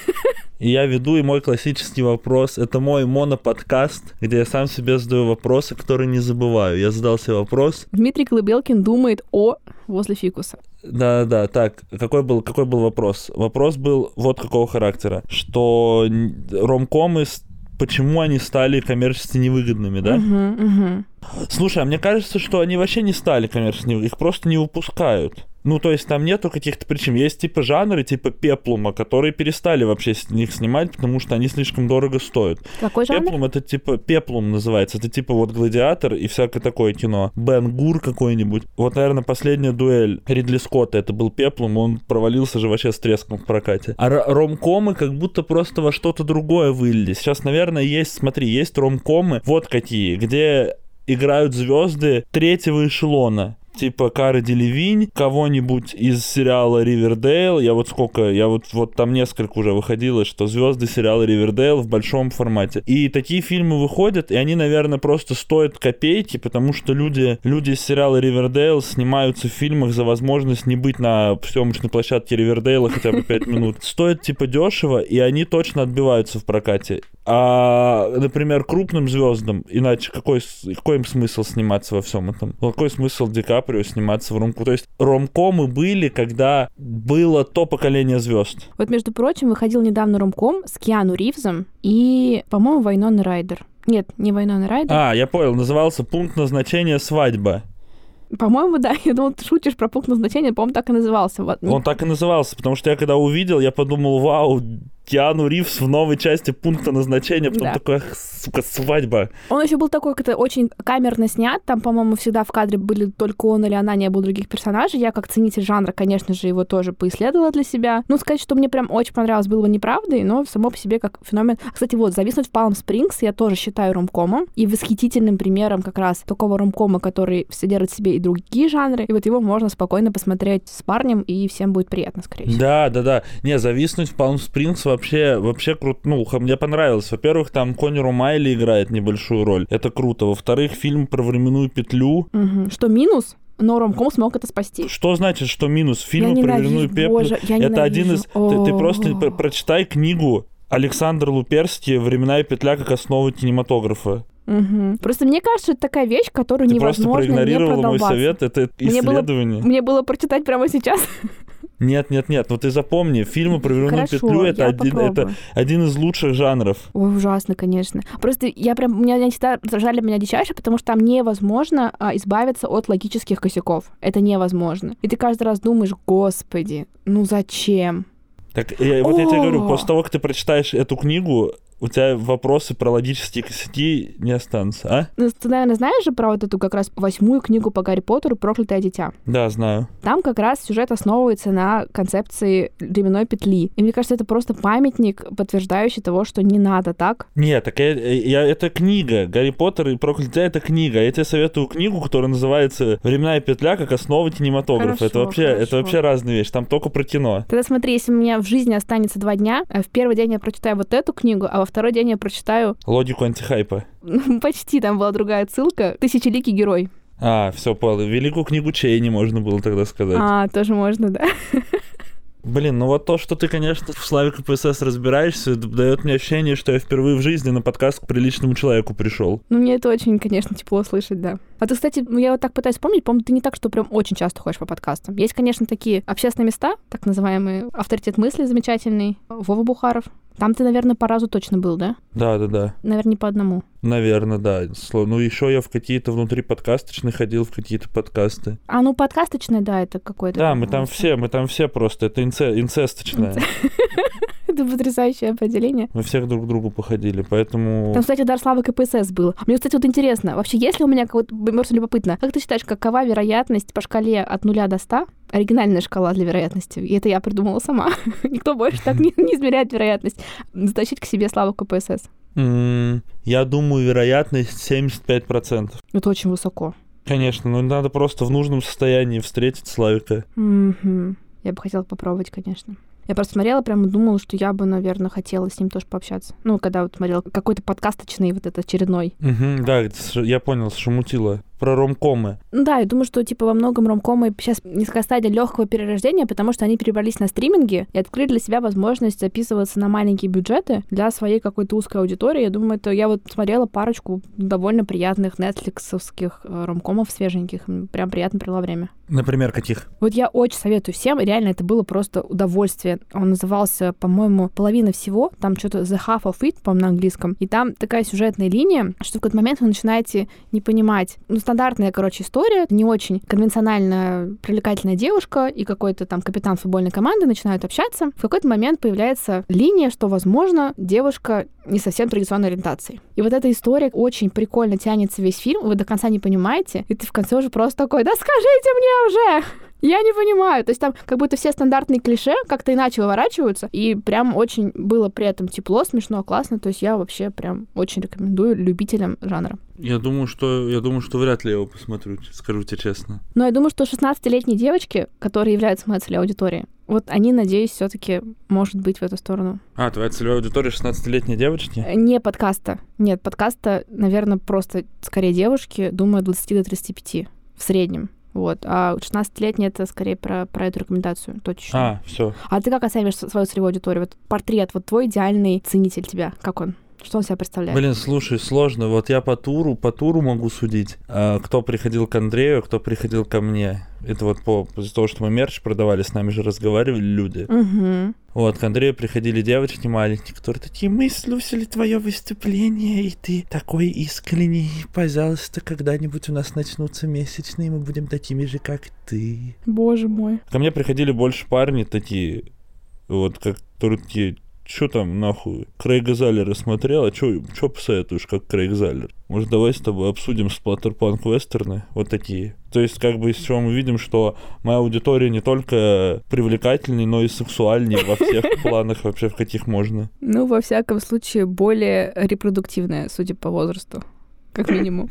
И я веду, и мой классический вопрос, это мой моноподкаст, где я сам себе задаю вопросы, которые не забываю. Я задал себе вопрос. Дмитрий Колыбелкин думает о «Возле фикуса». Да-да, так, какой был, какой был вопрос? Вопрос был вот какого характера, что ромкомы, почему они стали коммерчески невыгодными, да? Uh-huh, uh-huh. Слушай, а мне кажется, что они вообще не стали коммерчески невыгодными, их просто не выпускают. Ну, то есть там нету каких-то причин. Есть типа жанры, типа пеплума, которые перестали вообще с них снимать, потому что они слишком дорого стоят. Какой жанр? Пеплум — это типа, пеплум называется, это типа вот «Гладиатор» и всякое такое кино. Бен-Гур какой-нибудь. Вот, наверное, последняя дуэль Ридли Скотта, это был пеплум, он провалился же вообще с треском в прокате. А ромкомы как будто просто во что-то другое вылили. Сейчас, наверное, есть, смотри, есть ромкомы вот какие, где играют звезды третьего эшелона. типа Кары Делевинь, кого-нибудь из сериала «Ривердейл». Я вот сколько, я вот, вот там несколько уже выходило, что звезды сериала «Ривердейл» в большом формате. И такие фильмы выходят, и они, наверное, просто стоят копейки, потому что люди, люди из сериала «Ривердейл» снимаются в фильмах за возможность не быть на съемочной площадке «Ривердейла» хотя бы пять минут. Стоит типа дешево, и они точно отбиваются в прокате. А, например, крупным звездам, иначе какой, какой им смысл сниматься во всем этом? Какой смысл Ди Каприо сниматься в ромку? То есть ромкомы были, когда было то поколение звезд. Вот, между прочим, выходил недавно ромком с Киану Ривзом и, по-моему, Вайнона Райдер. Нет, не Вайнона Райдер. А, я понял, назывался «Пункт назначения свадьба». По-моему, да. Я думал, ты шутишь про пункт назначения, по-моему, так и назывался. Он так и назывался, потому что я когда увидел, я подумал, вау, Киану Ривз в новой части «Пункта назначения», потом да. такой, сука, свадьба. Он еще был такой, как-то очень камерно снят, там, по-моему, всегда в кадре были только он или она, не было других персонажей. Я, как ценитель жанра, конечно же, его тоже поисследовала для себя. Ну, сказать, что мне прям очень понравилось, было бы неправдой, но само по себе как феномен. Кстати, вот, «Зависнуть в Палм-Спрингс» я тоже считаю ромкомом, и восхитительным примером как раз такого ромкома, который содержит в себе и другие жанры, и вот его можно спокойно посмотреть с парнем, и всем будет приятно, скорее всего. Да, да, да. Не, «Зависнуть в Палм-Спрингс» вообще, вообще круто. Ну, мне понравилось. Во-первых, там Конни Майли играет небольшую роль. Это круто. Во-вторых, фильм про временную петлю. Угу. Что минус? Но ромком смог это спасти. Что значит, что минус? Фильм про временную петлю. Это один из... Ты, ты просто про- прочитай книгу Александр Луперский «Временная петля как основа кинематографа». Угу. Просто мне кажется, это такая вещь, которую ты невозможно не продолбаться. Ты просто проигнорировала мой совет, это исследование. Мне было, мне было прочитать прямо сейчас. Нет, нет, нет, ну ты запомни, фильмы про временную петлю это один, это один из лучших жанров. Ой, ужасно, конечно. Просто я прям, меня всегда раздражали меня дичайше, потому что там невозможно а, избавиться от логических косяков. Это невозможно. И ты каждый раз думаешь, господи, ну зачем? Так, я, вот я тебе говорю, после того, как ты прочитаешь эту книгу, у тебя вопросы про логические косяки не останутся, а? Ну, ты, наверное, знаешь же про вот эту как раз восьмую книгу по Гарри Поттеру «Проклятое дитя»? Да, знаю. Там как раз сюжет основывается на концепции временной петли. И мне кажется, это просто памятник, подтверждающий того, что не надо так. Нет, так я, я, это книга. «Гарри Поттер и проклятое дитя» — это книга. Я тебе советую книгу, которая называется «Временная петля как основа кинематографа». Хорошо, это, вообще, это вообще разные вещи. Там только про кино. Тогда смотри, если у меня в жизни останется два дня, в первый день я прочитаю вот эту книгу, а во второй день я прочитаю... «Логику антихайпа». Почти, там была другая отсылка. «Тысячеликий герой». А, все, понял. Великую книгу Чейни можно было тогда сказать. А, тоже можно, да. Блин, ну вот то, что ты, конечно, в Славе КПСС разбираешься, дает мне ощущение, что я впервые в жизни на подкаст к приличному человеку пришел. Ну, мне это очень, конечно, тепло слышать, да. А ты, кстати, я вот так пытаюсь вспомнить, по-моему, ты не так, что прям очень часто ходишь по подкастам. Есть, конечно, такие общественные места, так называемые «Авторитет мысли» замечательный, Вова Бухаров. Там ты, наверное, по разу точно был, да? Да, да, да. Наверное, не по одному. Наверное, да. Ну, еще я в какие-то внутри подкасточные ходил, в какие-то подкасты. А, ну, подкасточные, да, это какой-то... Да, мы там все, мы там все просто, это инце, инцесточное. Это потрясающее определение. Мы всех друг к другу походили, поэтому... Там, кстати, дар Славы КПСС был. Мне, кстати, вот интересно, вообще, есть ли у меня, вот, просто любопытно, как ты считаешь, какова вероятность по шкале от нуля до ста? Оригинальная шкала для вероятности. И это я придумала сама. Никто больше так не, не измеряет вероятность. Затащить к себе Славу КПСС. Mm, я думаю, вероятность семьдесят пять процентов. Это очень высоко. Конечно, но надо просто в нужном состоянии встретить Славика. Mm-hmm. Я бы хотела попробовать, конечно. Я просто смотрела, прямо думала, что я бы, наверное, хотела с ним тоже пообщаться. Ну, когда вот смотрела какой-то подкасточный, вот этот очередной. Угу, да, я понял, шамутила. Про ромкомы. Ну да, я думаю, что типа во многом ромкомы сейчас несколько стадия легкого перерождения, потому что они перебрались на стриминги и открыли для себя возможность записываться на маленькие бюджеты для своей какой-то узкой аудитории. Я думаю, это я вот смотрела парочку довольно приятных нетфликсовских ромкомов свеженьких. Прям приятно провела время. Например, каких? Вот я очень советую всем. Реально, это было просто удовольствие. Он назывался, по-моему, «Половина всего». Там что-то «The Half of It», по-моему, на английском. И там такая сюжетная линия, что в какой-то момент вы начинаете не понимать. Ну, стандартная, короче, история. Не очень конвенционально привлекательная девушка и какой-то там капитан футбольной команды начинают общаться. В какой-то момент появляется линия, что, возможно, девушка не совсем традиционной ориентации. И вот эта история очень прикольно тянется весь фильм. Вы до конца не понимаете. И ты в конце уже просто такой: да скажите мне уже! Я не понимаю. То есть там как будто все стандартные клише как-то иначе выворачиваются, и прям очень было при этом тепло, смешно, классно. То есть я вообще прям очень рекомендую любителям жанра. Я думаю, что я думаю, что вряд ли я его посмотрю, скажу тебе честно. Но я думаю, что шестнадцатилетние девочки, которые являются моей целевой аудиторией, вот они, надеюсь, все-таки может быть в эту сторону. А, твоя целевая аудитория шестнадцатилетние девочки? Не подкаста. Нет, подкаста, наверное, просто скорее девушки, думаю, от двадцати до тридцати пяти в среднем. Вот. А шестнадцатилетние — это скорее про, про эту рекомендацию, точно. А, все. А ты как оцениваешь свою целевую аудиторию? Вот портрет, вот твой идеальный ценитель тебя, как он? Что он себя представляет? Блин, слушай, сложно. Вот я по туру, по туру могу судить. А, кто приходил к Андрею, кто приходил ко мне. Это вот по, из-за того, что мы мерч продавали, с нами же разговаривали люди. Угу. Вот, к Андрею приходили девочки маленькие, которые такие: мы слушали твое выступление, и ты такой искренний. Пожалуйста, когда-нибудь у нас начнутся месячные, мы будем такими же, как ты. Боже мой. Ко мне приходили больше парни такие, вот, как, которые такие: чё там, нахуй, Крейга Заллера смотрел, а чё, чё посоветуешь, как Крейг Заллер? Может, давай с тобой обсудим сплаттерпанк-вестерны? Вот такие. То есть, как бы, из чего мы видим, что моя аудитория не только привлекательней, но и сексуальней во всех планах вообще, в каких можно. Ну, во всяком случае, более репродуктивная, судя по возрасту, как минимум.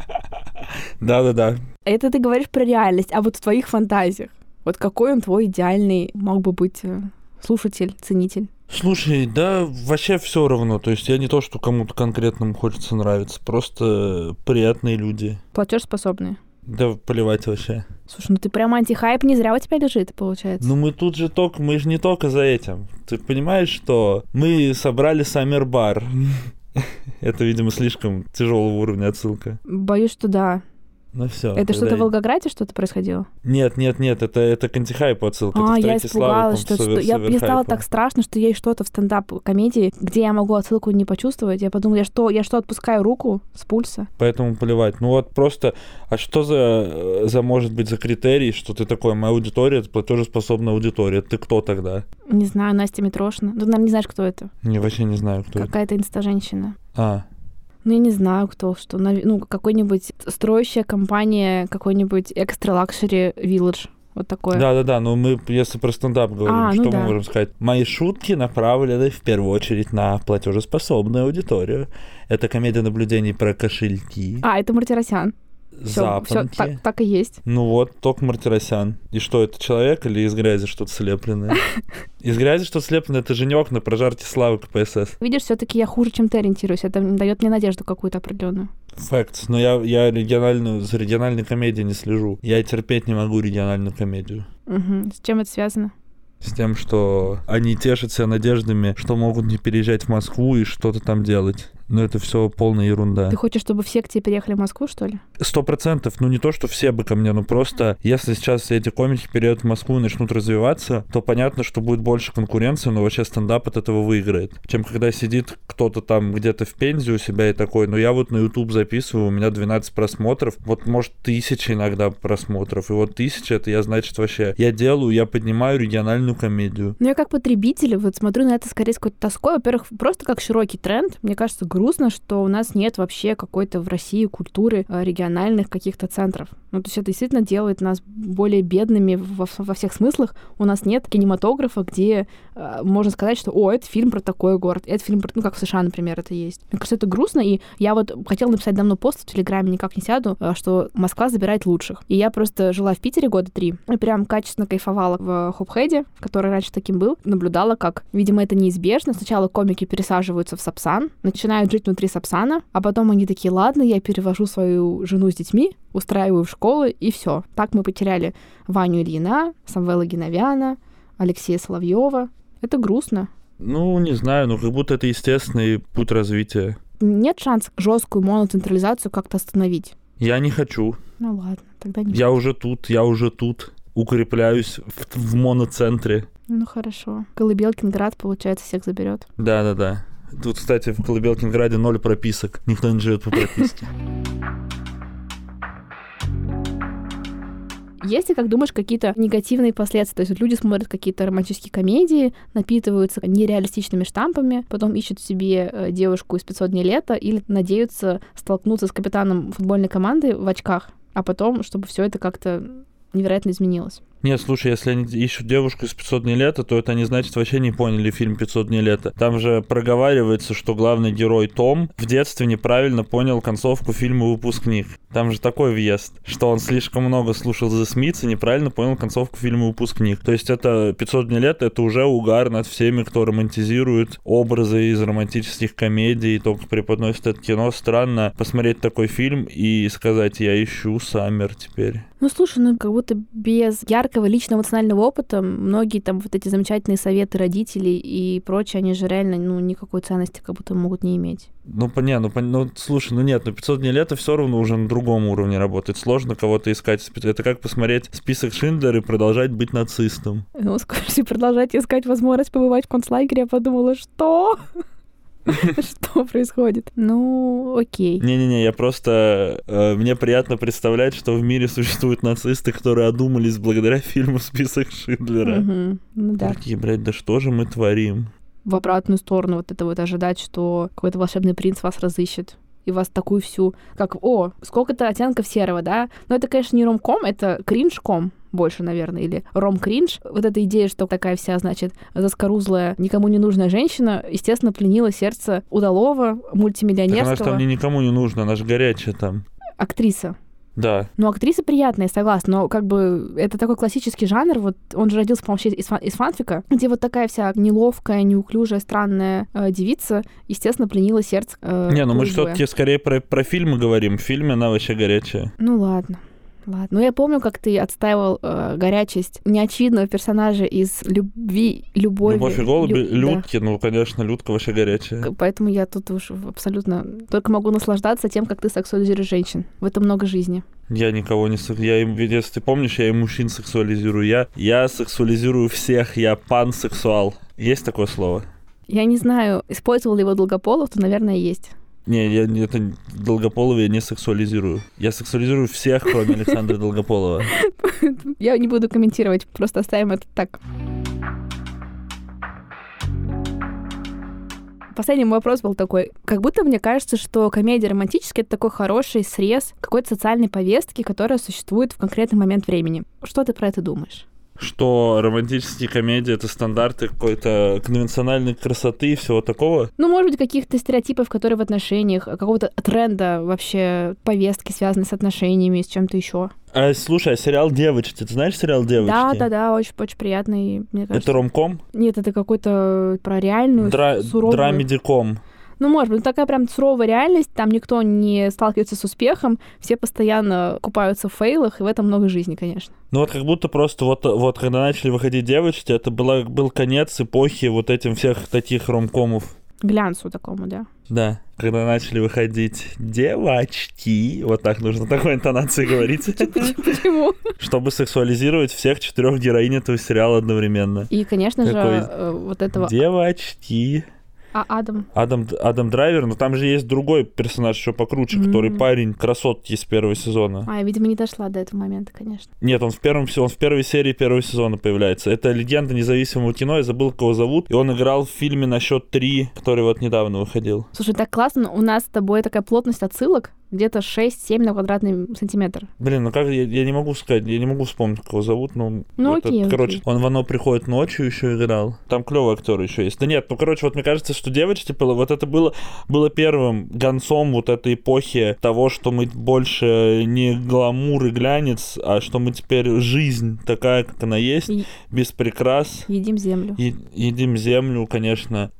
Да-да-да. Это ты говоришь про реальность, а вот в твоих фантазиях, вот какой он твой идеальный мог бы быть слушатель, ценитель? Слушай, да вообще все равно. То есть я не то, что кому-то конкретному хочется нравиться, просто приятные люди. Платежеспособные. Да плевать вообще. Слушай, ну ты прям антихайп не зря у тебя лежит, получается. Ну мы тут же только, мы же не только за этим. Ты понимаешь, что мы собрали Саммер-бар. Это, видимо, слишком тяжелого уровня отсылка. Боюсь, что да. Ну все. Это что-то в Волгограде что-то происходило? Нет, нет, нет, это, это к антихайпу отсылка. А, это я испугалась, что, что... Я, мне стало так страшно, что есть что-то в стендап-комедии, где я могу отсылку не почувствовать. Я подумала, я что, я что, отпускаю руку с пульса? Поэтому плевать. Ну вот просто, а что за, за может быть за критерий, что ты такой: моя аудитория — это платежеспособная аудитория. Ты кто тогда? Не знаю, Настя Митрошина. Ты, наверное, не знаешь, кто это? Не, вообще не знаю, кто Какая-то инста-женщина. А. Ну, я не знаю, кто, что. Ну, какой-нибудь строящая компания, какой-нибудь экстра-лакшери вилледж. Вот такое. Да-да-да, но мы, если про стендап говорим, а, что ну мы да. можем сказать? Мои шутки направлены в первую очередь на платежеспособную аудиторию. Это комедия наблюдений про кошельки. А, это Мартиросян. Запонки. Всё, всё, так, так и есть. Ну вот, только Мартиросян. И что, это человек или из грязи что-то слепленное? Из грязи что-то слепленное — это Женек на прожарке славы ка пэ эс эс. Видишь, все-таки я хуже, чем ты ориентируюсь. Это дает мне надежду какую-то определенную. Факт. Но я, я региональную, за региональной комедией не слежу. Я терпеть не могу региональную комедию. Угу. С чем это связано? С тем, что они тешат себя надеждами, что могут не переезжать в Москву и что-то там делать. Но это все полная ерунда. Ты хочешь, чтобы все к тебе переехали в Москву, что ли? Сто процентов. Ну, не то, что все бы ко мне, но просто если сейчас все эти комики переедут в Москву и начнут развиваться, то понятно, что будет больше конкуренции, но вообще стендап от этого выиграет. Чем когда сидит кто-то там где-то в Пензе у себя и такой: ну, я вот на YouTube записываю, у меня двенадцать просмотров, вот, может, тысяча иногда просмотров, и вот тысяча — это я, значит, вообще, я делаю, я поднимаю региональную комедию. Ну, я как потребитель вот смотрю на это скорее с какой-то тоской. Во-первых, просто как широкий тренд. Мне кажется, грустно, что у нас нет вообще какой-то в России культуры региональных каких-то центров. Ну, то есть это действительно делает нас более бедными во, во всех смыслах. У нас нет кинематографа, где э, можно сказать, что «О, это фильм про такой город», это фильм про... Ну, как в США, например, это есть. Мне кажется, это грустно, и я вот хотела написать давно пост в Телеграме, никак не сяду, что Москва забирает лучших. И я просто жила в Питере года три, и прям качественно кайфовала в Хопхеде, который раньше таким был, наблюдала, как, видимо, это неизбежно. Сначала комики пересаживаются в Сапсан, начинают жить внутри Сапсана, а потом они такие: ладно, я перевожу свою жену с детьми, устраиваю в школы, и все. Так мы потеряли Ваню Ильина, Самвела Геновяна, Алексея Соловьева. Это грустно. Ну, не знаю, ну как будто это естественный путь развития. Нет шанса жесткую моноцентрализацию как-то остановить. Я не хочу. Ну ладно, тогда не. Я уже тут, я уже тут. Укрепляюсь в, в моноцентре. Ну хорошо. Колыбелкинград, получается, всех заберет. Да-да-да. Тут, кстати, в Колыбелкинграде ноль прописок. Никто не живет по прописке. Есть ли, как думаешь, какие-то негативные последствия? То есть вот люди смотрят какие-то романтические комедии, напитываются нереалистичными штампами, потом ищут себе девушку из пятьсот дней лета или надеются столкнуться с капитаном футбольной команды в очках, а потом, чтобы все это как-то невероятно изменилось. Нет, слушай, если они ищут девушку из пятьсот дней лета, то это они, значит, вообще не поняли фильм «пятьсот дней лета». Там же проговаривается, что главный герой Том в детстве неправильно понял концовку фильма «Выпускник». Там же такой въезд, что он слишком много слушал The Smiths и неправильно понял концовку фильма «Выпускник». То есть это «пятьсот дней лета» — это уже угар над всеми, кто романтизирует образы из романтических комедий и только преподносит это кино. Странно посмотреть такой фильм и сказать: «Я ищу Саммер теперь». Ну, слушай, ну, как будто без яркого личного эмоционального опыта многие там вот эти замечательные советы родителей и прочее, они же реально, ну, никакой ценности как будто могут не иметь. Ну, понятно, ну, ну, слушай, ну нет, ну пятьсот дней лета все равно уже на другом уровне работает. Сложно кого-то искать. Это как посмотреть список Шиндлера и продолжать быть нацистом. Ну, скажи, продолжать искать возможность побывать в концлагере, я подумала, что... Что происходит? Ну, окей. Не-не-не, я просто... Э, мне приятно представлять, что в мире существуют нацисты, которые одумались благодаря фильму «Список Шиндлера». Угу. Ну да. Такие, блядь, да что же мы творим? В обратную сторону вот это вот ожидать, что какой-то волшебный принц вас разыщет. И вас такую всю... Как, о, сколько-то оттенков серого, да? Но это, конечно, не ромком, это кринж-ком больше, наверное, или ром-кринж. Вот эта идея, что такая вся, значит, заскорузлая, никому не нужная женщина, естественно, пленила сердце удалого, мультимиллионерского... Так она же там не никому не нужна, она же горячая там. Актриса. Да. Ну, актриса приятная, согласна, но как бы это такой классический жанр, вот он же родился, по-моему, из, фан- из фанфика, где вот такая вся неловкая, неуклюжая, странная э, девица, естественно, пленила сердце. Э, не, ну мы все-таки скорее про, про фильмы говорим, в фильме она вообще горячая. Ну ладно. Ладно. Ну, я помню, как ты отстаивал э, горячесть неочевидного персонажа из любви, любови. Любовь и голуби, Лю... Людки, да. Ну, конечно, Людка вообще горячая. Поэтому я тут уж абсолютно только могу наслаждаться тем, как ты сексуализируешь женщин. В этом много жизни. Я никого не сексуализирую. Я, если ты помнишь, я и мужчин сексуализирую. Я, я сексуализирую всех, я пансексуал. Есть такое слово? Я не знаю, использовал ли его Долгополов, то, наверное, есть. Не, я это Долгополова я не сексуализирую. Я сексуализирую всех, кроме Александра Долгополова. Я не буду комментировать, просто оставим это так. Последний вопрос был такой. Как будто мне кажется, что комедия романтическая — это такой хороший срез какой-то социальной повестки, которая существует в конкретный момент времени. Что ты про это думаешь? Что романтические комедии — это стандарты какой-то конвенциональной красоты и всего такого? Ну, может быть, каких-то стереотипов, которые в отношениях, какого-то тренда вообще, повестки, связанные с отношениями, с чем-то еще. А, слушай, а сериал «Девочки», ты знаешь сериал «Девочки»? Да, да, да, очень, очень приятный, мне кажется. Это ромком? Нет, это какой-то про реальную, Дра- суровую... Драмедиком. Ну, может быть, такая прям суровая реальность, там никто не сталкивается с успехом, все постоянно купаются в фейлах, и в этом много жизни, конечно. Ну вот как будто просто вот, вот когда начали выходить «Девочки», это была, был конец эпохи вот этим всех таких ромкомов. Глянцу такому, да. Да, когда начали выходить «Девочки», вот так нужно такой интонацией говорить. Почему? Чтобы сексуализировать всех четырех героинь этого сериала одновременно. И, конечно же, вот этого... «Девочки». А Адам? Адам, Адам Драйвер, но там же есть другой персонаж еще покруче, mm-hmm. который парень красотки из первого сезона. А, я, видимо, не дошла до этого момента, конечно. Нет, он в, первом, он в первой серии первого сезона появляется. Это легенда независимого кино, я забыл, кого зовут. И он играл в фильме «На счет три», который вот недавно выходил. Слушай, так классно, у нас с тобой такая плотность отсылок, где-то шесть-семь на квадратный сантиметр. Блин, ну как, я, я не могу сказать, я не могу вспомнить, кого зовут, но... Ну это, окей, короче, окей. Он в «Оно приходит ночью» еще играл. Там клевый актер еще есть. Да нет, ну короче, вот мне кажется, что «Девочки», типа, вот это было, было первым гонцом вот этой эпохи того, что мы больше не гламур и глянец, а что мы теперь жизнь такая, как она есть, и... без прикрас. Едим землю. Е- едим землю, конечно.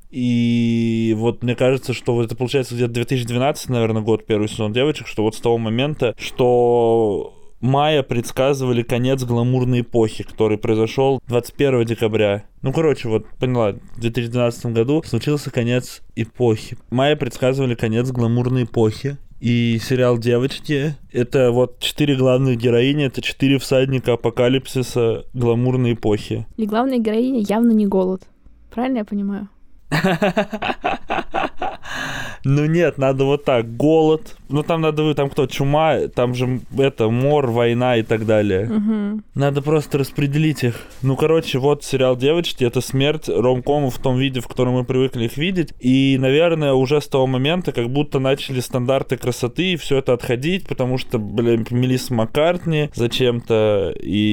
И вот мне кажется, что вот это получается где-то две тысячи двенадцатый, наверное, год, первый сезон «Девочек», что вот с того момента, что майя предсказывали конец гламурной эпохи, который произошел двадцать первого декабря. Ну, короче, вот, поняла, в две тысячи двенадцатом году случился конец эпохи. Майя предсказывали конец гламурной эпохи. И сериал «Девочки» — это вот четыре главных героини, это четыре всадника апокалипсиса гламурной эпохи. И главная героиня явно не голод. Правильно я понимаю? Ну нет, надо вот так. Голод, Ну, там надо, там кто, чума, там же это, мор, война и так далее. Угу. Надо просто распределить их. Ну, короче, вот сериал «Девочки» — это смерть ромкомов в том виде, в котором мы привыкли их видеть. И, наверное, уже с того момента как будто начали стандарты красоты и все это отходить, потому что, блин, Мелисса Маккартни зачем-то,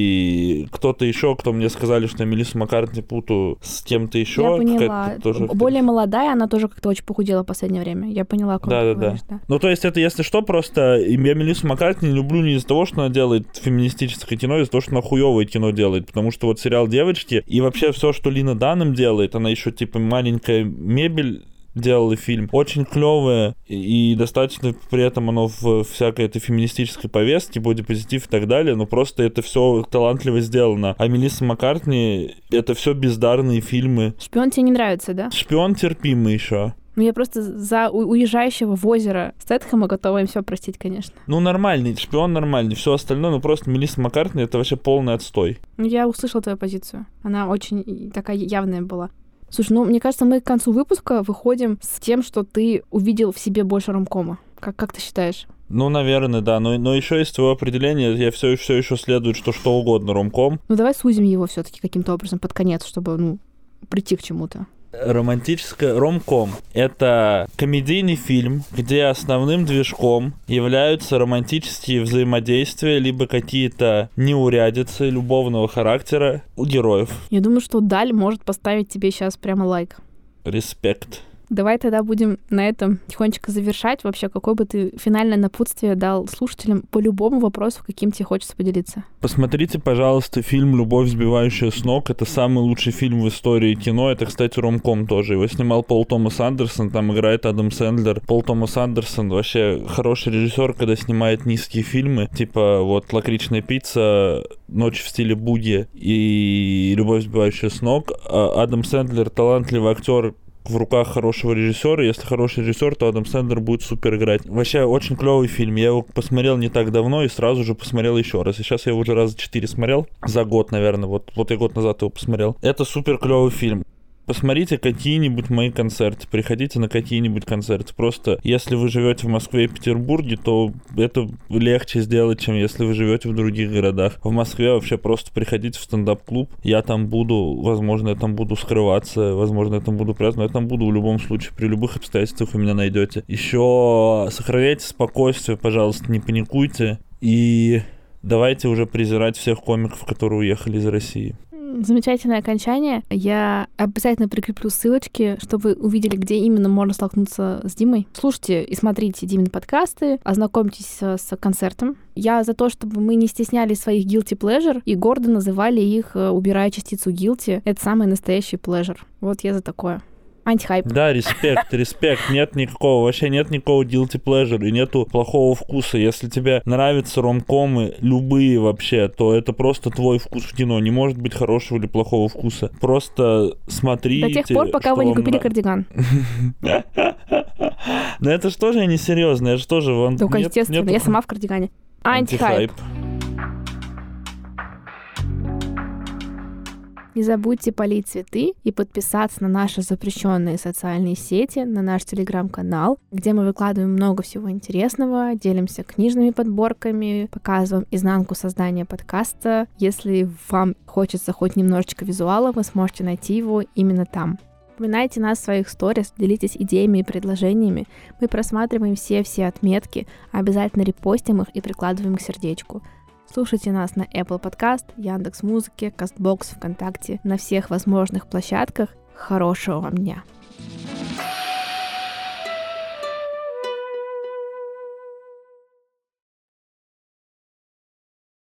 и кто-то еще, кто мне сказали, что я Мелиссу Маккартни путаю с кем-то еще. Я поняла. Тоже... Более молодая, она тоже как-то очень похудела в последнее время. Я поняла, о ком да, ты да, говоришь, да. да. Ну, то есть это, если что, просто я Мелиссу Маккартни не люблю не из-за того, что она делает феминистическое кино, а из-за того, что она хуёвое кино делает, потому что вот сериал «Девочки» и вообще все, что Лина Данным делает, она еще типа «Маленькая мебель» делала фильм, очень клевое, и достаточно при этом оно в всякой этой феминистической повестке, бодипозитив и так далее, но просто это все талантливо сделано. А Мелисса Маккартни — это все бездарные фильмы. «Шпион» тебе не нравится, да? «Шпион» терпимый еще. Ну, я просто за у- уезжающего в озеро Стэтхэма готова им все простить, конечно. Ну, нормальный, «Шпион» нормальный, все остальное, ну, просто Мелисса Маккартни — это вообще полный отстой. Я услышала твою позицию. Она очень такая явная была. Слушай, ну, мне кажется, мы к концу выпуска выходим с тем, что ты увидел в себе больше ромкома. Как, как ты считаешь? Ну, наверное, да. Но, но еще из твоего определения я все, все еще следует, что что угодно ромком. Ну, давай сузим его все-таки каким-то образом под конец, чтобы, ну, прийти к чему-то. Романтическое ромком — это комедийный фильм, где основным движком являются романтические взаимодействия, либо какие-то неурядицы любовного характера у героев. Я думаю, что Даль может поставить тебе сейчас прямо лайк. Респект. Давай тогда будем на этом тихонечко завершать. Вообще, какое бы ты финальное напутствие дал слушателям по любому вопросу, каким тебе хочется поделиться? Посмотрите, пожалуйста, фильм «Любовь, сбивающая с ног». Это самый лучший фильм в истории кино. Это, кстати, ромком тоже. Его снимал Пол Томас Андерсон, там играет Адам Сэндлер. Пол Томас Андерсон вообще хороший режиссер, когда снимает низкие фильмы. Типа вот «Лакричная пицца», «Ночь в стиле буги» и «Любовь, сбивающая с ног». А Адам Сэндлер — талантливый актер, в руках хорошего режиссера. Если хороший режиссер, то Адам Сэндлер будет супер играть. Вообще, очень клевый фильм. Я его посмотрел не так давно и сразу же посмотрел еще раз. И сейчас я его уже раза четыре смотрел. За год, наверное. Вот, вот я год назад его посмотрел. Это супер клевый фильм. Посмотрите какие-нибудь мои концерты, приходите на какие-нибудь концерты. Просто если вы живете в Москве и Петербурге, то это легче сделать, чем если вы живете в других городах. В Москве вообще просто приходите в стендап-клуб. Я там буду, возможно, я там буду скрываться, возможно, я там буду прятаться, но я там буду в любом случае, при любых обстоятельствах вы меня найдете. Еще сохраняйте спокойствие, пожалуйста, не паникуйте. И давайте уже презирать всех комиков, которые уехали из России. Замечательное окончание. Я обязательно прикреплю ссылочки, чтобы вы увидели, где именно можно столкнуться с Димой. Слушайте и смотрите Димины подкасты, ознакомьтесь с, с концертом. Я за то, чтобы мы не стеснялись своих guilty pleasure и гордо называли их, убирая частицу guilty. Это самый настоящий pleasure. Вот я за такое. Антихайп. Да, респект, респект. Нет никакого, вообще нет никакого guilty pleasure и нету плохого вкуса. Если тебе нравятся ромкомы, любые вообще, то это просто твой вкус в кино. Не может быть хорошего или плохого вкуса. Просто смотрите. До тех пор, пока вы не купили кардиган. Но это же тоже несерьезно. Я же тоже... Только, естественно, я сама в кардигане. Антихайп. Не забудьте полить цветы и подписаться на наши запрещенные социальные сети, на наш телеграм-канал, где мы выкладываем много всего интересного, делимся книжными подборками, показываем изнанку создания подкаста. Если вам хочется хоть немножечко визуала, вы сможете найти его именно там. Упоминайте нас в своих сторис, делитесь идеями и предложениями. Мы просматриваем все-все отметки, обязательно репостим их и прикладываем к сердечку. Слушайте нас на Apple Podcast, Яндекс.Музыке, Castbox, ВКонтакте, на всех возможных площадках. Хорошего вам дня!